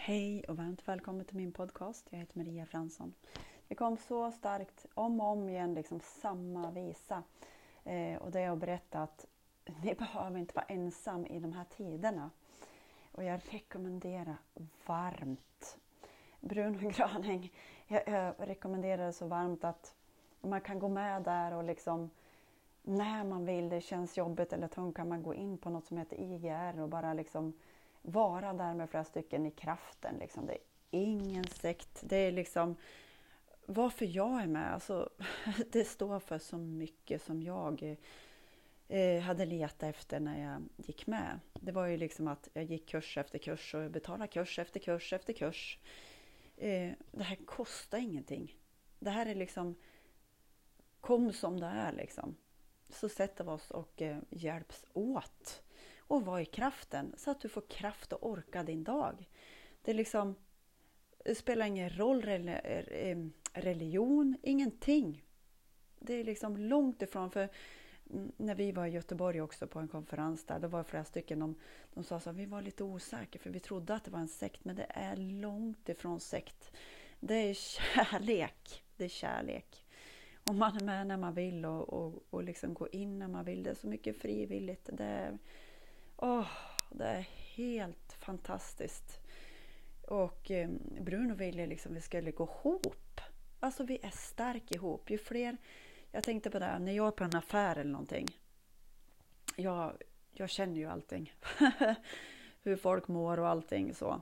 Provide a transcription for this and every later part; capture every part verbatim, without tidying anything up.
Hej och varmt välkommen till min podcast. Jag heter Maria Fransson. Det kom så starkt om och om igen liksom samma visa. Eh, och det är att berätta att ni behöver inte vara ensam i de här tiderna. Och jag rekommenderar varmt Bruno Gröning. Jag, jag rekommenderar det så varmt att man kan gå med där och liksom när man vill, det känns jobbigt eller tungt, kan man gå in på något som heter I G R och bara liksom vara där med flera stycken i kraften. Liksom. Det är ingen sekt. Det är liksom varför jag är med. Alltså, det står för så mycket som jag eh, hade letat efter när jag gick med. Det var ju liksom att jag gick kurs efter kurs och betalade kurs efter kurs efter kurs. Eh, det här kostar ingenting. Det här är liksom kom som det är liksom. Så sätter vi oss och eh, hjälps åt. Och vara i kraften så att du får kraft att orka din dag. Det, är liksom, det spelar ingen roll religion, ingenting. Det är liksom långt ifrån. För när vi var i Göteborg också på en konferens där, då var det flera stycken, de, de sa så att vi var lite osäkra för vi trodde att det var en sekt, men det är långt ifrån sekt. Det är kärlek. Det är kärlek. Och man är med när man vill och, och, och liksom gå in när man vill. Det är så mycket frivilligt. Det är Åh, oh, det är helt fantastiskt. Och eh, Bruno ville liksom vi skulle gå ihop. Alltså vi är starka ihop. Ju fler, jag tänkte på det när jag är på en affär eller någonting. Jag, jag känner ju allting. Hur folk mår och allting så.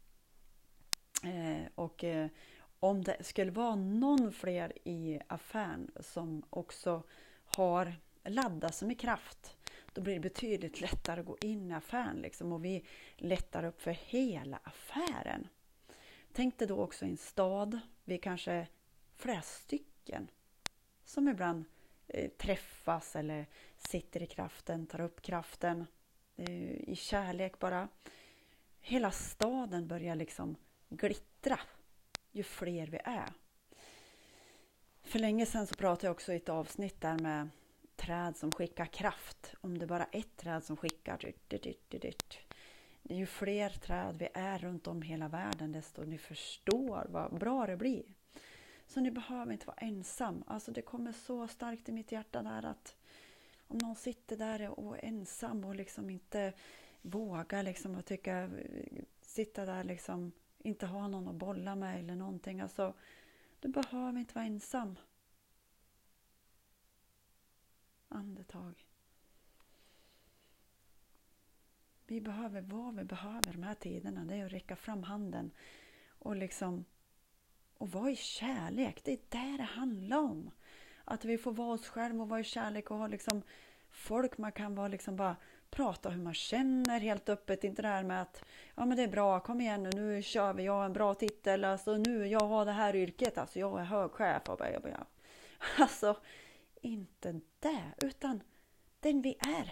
Eh, och eh, om det skulle vara någon fler i affären som också har laddat sig med kraft, då blir det betydligt lättare att gå in i affären liksom, och vi lättar upp för hela affären. Tänk dig då också i en stad, vi kanske flera stycken som ibland eh, träffas eller sitter i kraften, tar upp kraften eh, i kärlek bara. Hela staden börjar liksom glittra ju fler vi är. För länge sedan så pratade jag också i ett avsnitt där med träd som skickar kraft. Om det är bara ett träd som skickar. Det är ju fler träd vi är runt om hela världen, desto ni förstår vad bra det blir. Så ni behöver inte vara ensam. Alltså det kommer så starkt i mitt hjärta där att om någon sitter där och är ensam och liksom inte vågar liksom och tycka, sitta där liksom inte ha någon att bolla med eller någonting. Alltså du behöver inte vara ensam. Andetag. Vi behöver vad vi behöver de här tiderna. Det är att räcka fram handen. Och liksom och vara i kärlek. Det är det det handlar om. Att vi får vara oss själva och vara i kärlek. Och ha liksom folk man kan vara liksom bara prata hur man känner helt öppet. Inte det här med att ja men det är bra, kom igen nu. Nu kör vi, jag har en bra titel. Alltså nu, jag har det här yrket. Alltså jag är högchef. Och bara, jag bara, alltså inte det, utan den vi är.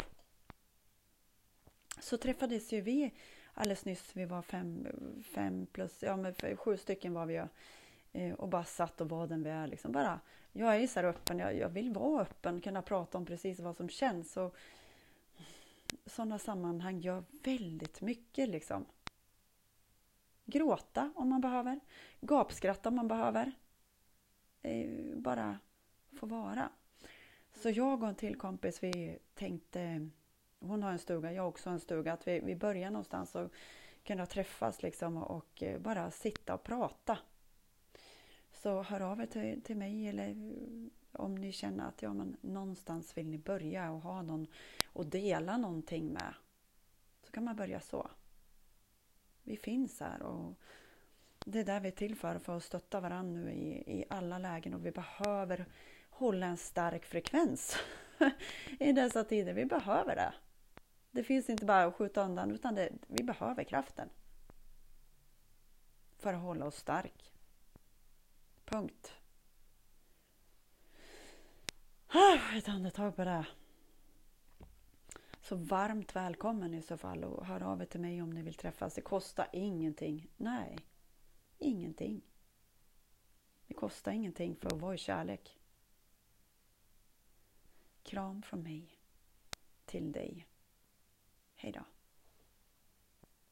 Så träffades ju vi alldeles nyss, vi var fem, fem plus, ja men sju stycken var vi ju, och bara satt och var den vi är liksom. Bara, jag är så här öppen, jag, jag vill vara öppen, kunna prata om precis vad som känns, och sådana sammanhang gör väldigt mycket liksom. Gråta om man behöver, gapskratta om man behöver, bara få vara. Så jag och en till kompis, vi tänkte, hon har en stuga, jag också har en stuga, att vi, vi börjar någonstans och kunna träffas liksom och bara sitta och prata. Så hör av er till, till mig, eller om ni känner att ja, men någonstans vill ni börja och ha någon och dela någonting med, så kan man börja så. Vi finns här och det är där vi är till för, för att stötta varandra nu i, i alla lägen, och vi behöver hålla en stark frekvens i dessa tider. Vi behöver det. Det finns inte bara att skjuta undan, utan det, vi behöver kraften för att hålla oss stark. Punkt. Ett andetag på det. Så varmt välkommen i så fall, och hör av er till mig om ni vill träffas. Det kostar ingenting. Nej, ingenting. Det kostar ingenting för att vara i kärlek. Kram från mig till dig. Hej då.